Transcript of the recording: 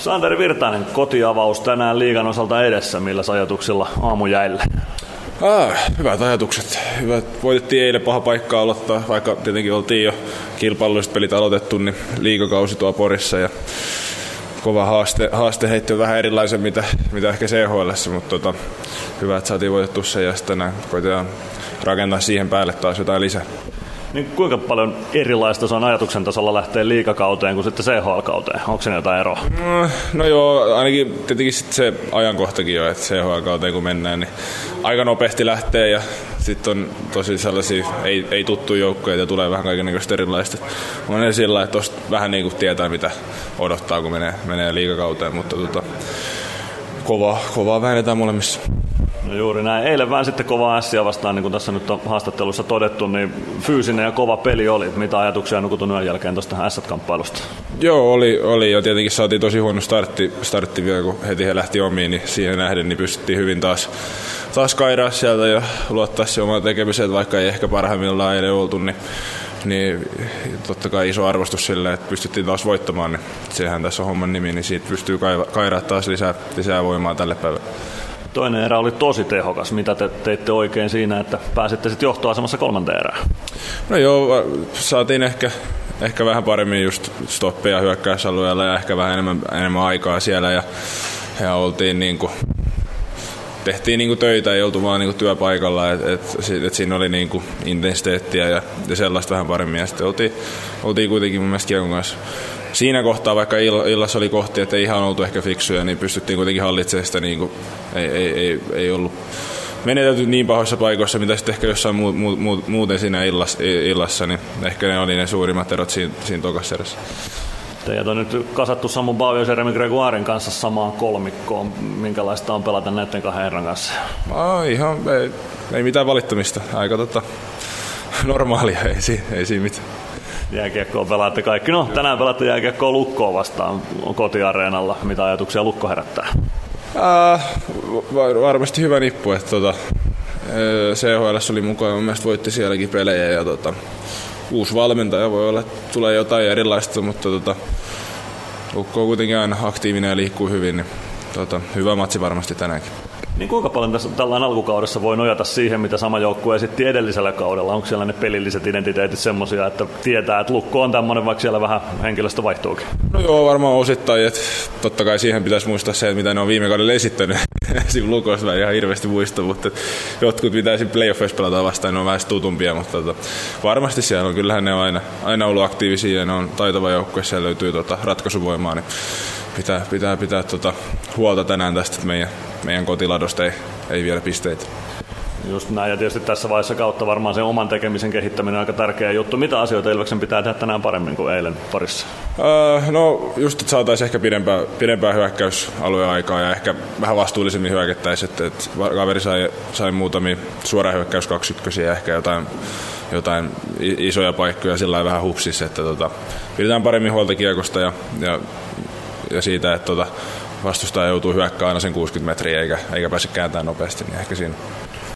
Santeri Virtanen, kotiavaus tänään liigan osalta edessä. Millä ajatuksilla aamu jäille? Hyvät ajatukset. Voitettiin eilen paha paikka aloittaa, vaikka tietenkin oltiin jo kilpailulliset pelit aloitettu, niin liigakausi tuo Porissa ja kova haaste heitti vähän erilaisen mitä ehkä CHL:ssä, mutta hyvä, että saatiin voitettua se ja sitten koitetaan rakentaa siihen päälle taas jotain lisää. Niin kuinka paljon erilaista se on ajatuksen tasolla lähteä liigakauteen kuin sitten CHL-kauteen? Onko siinä jotain eroa? No joo, ainakin tietenkin sitten se ajankohtakin jo, että CHL-kauteen kun mennään, niin aika nopeasti lähtee ja sitten on tosi sellaisia ei tuttuja joukkoja ja tulee vähän kaikennäköistä erilaista. On sillä että tosta vähän niin kuin tietää mitä odottaa kun menee liigakauteen, mutta kovaa väännetään molemmissa. No juuri näin. Eilen vähän sitten kovaa ässiä vastaan, niin kuin tässä nyt on haastattelussa todettu, niin fyysinen ja kova peli oli. Mitä ajatuksia nukutun yön jälkeen tuosta ässät-kamppailusta? Joo, oli ja tietenkin saatiin tosi huono startti vielä, kun heti he lähti omiin, niin siihen nähden niin pystyttiin hyvin taas kairaa sieltä ja luottaa siihen omaan tekemiseen, vaikka ei ehkä parhaimmillaan eilen oltu, niin totta kai iso arvostus sille, että pystyttiin taas voittamaan, niin sehän tässä on homman nimi, niin siitä pystyy kairaa taas lisää voimaa tälle päivälle. Toinen erä oli tosi tehokas. Mitä te teitte oikein siinä, että pääsitte sitten johtoasemassa kolmanteen erään? No joo, saatiin ehkä vähän paremmin just stoppeja hyökkäysalueella ja ehkä vähän enemmän aikaa siellä ja oltiin niinku tehtiin niinku töitä, ei oltu vaan niinku työpaikalla, et siinä oli niinku intensiteettiä ja sellaista vähän paremmin ja sitten oltiin kuitenkin mun mielestä kiekon kanssa siinä kohtaa, vaikka illassa oli kohti, että ei ihan oltu ehkä fiksuja, niin pystyttiin kuitenkin hallitsemaan sitä, niin kuin, ei ollut menetelty niin pahoissa paikoissa, mitä sitten ehkä jossain muuten siinä illassa, niin ehkä ne oli ne suurimmat erot siinä tokassa erässä. Teidät on nyt kasattu Samu Bau ja Jeremy Gregoirin kanssa samaan kolmikkoon. Minkälaista on pelata näiden kahden herran kanssa? Ei mitään valittamista. Aika normaalia, ei siinä mitään. Jääkiekkoa pelaatte kaikki. No, tänään pelaatte jääkiekkoa Lukkoa vastaan kotiareenalla. Mitä ajatuksia Lukko herättää? Varmasti hyvä nippu. Että CHL oli mukaan, mun mielestä voitti sielläkin pelejä. Ja uusi valmentaja voi olla, että tulee jotain erilaista, mutta Lukko on kuitenkin aina aktiivinen ja liikkuu hyvin. Niin, hyvä matsi varmasti tänäänkin. Niin kuinka paljon tällainen alkukaudessa voi nojata siihen, mitä sama joukkue esitti edellisellä kaudella? Onko siellä ne pelilliset identiteetit semmoisia, että tietää, että Lukko on tämmöinen, vaikka siellä vähän henkilöstö vaihtuukin? No joo, varmaan osittain. Että totta kai siihen pitäisi muistaa se, että mitä ne on viime kaudella esittänyt. Siinä Lukosta ihan hirveästi muista, mutta jotkut pitäisi playoffissa pelata vastaan, ne on vähän tutumpia, mutta varmasti siellä on. Kyllähän ne on aina ollut aktiivisia ja ne on taitava joukkue, siellä löytyy ratkaisuvoimaa. Niin pitää huolta tänään tästä, että meidän kotiladosta ei vielä pisteitä. Just näin, ja tietysti tässä vaiheessa kautta varmaan sen oman tekemisen kehittäminen on aika tärkeä juttu. Mitä asioita Ilveksen pitää tehdä tänään paremmin kuin eilen parissa? No just, että saataisiin ehkä pidempää hyökkäysalueaikaa ja ehkä vähän vastuullisemmin hyökättäisiin. Että kaveri sai muutamia suoraan hyökkäys 2-1 ja ehkä jotain isoja paikkoja sillä lailla vähän hupsissa, että pidetään paremmin huolta kiekosta ja siitä, että vastustaja joutuu hyökkäämään aina sen 60 metriä eikä pääse kääntämään nopeasti, niin ehkä siinä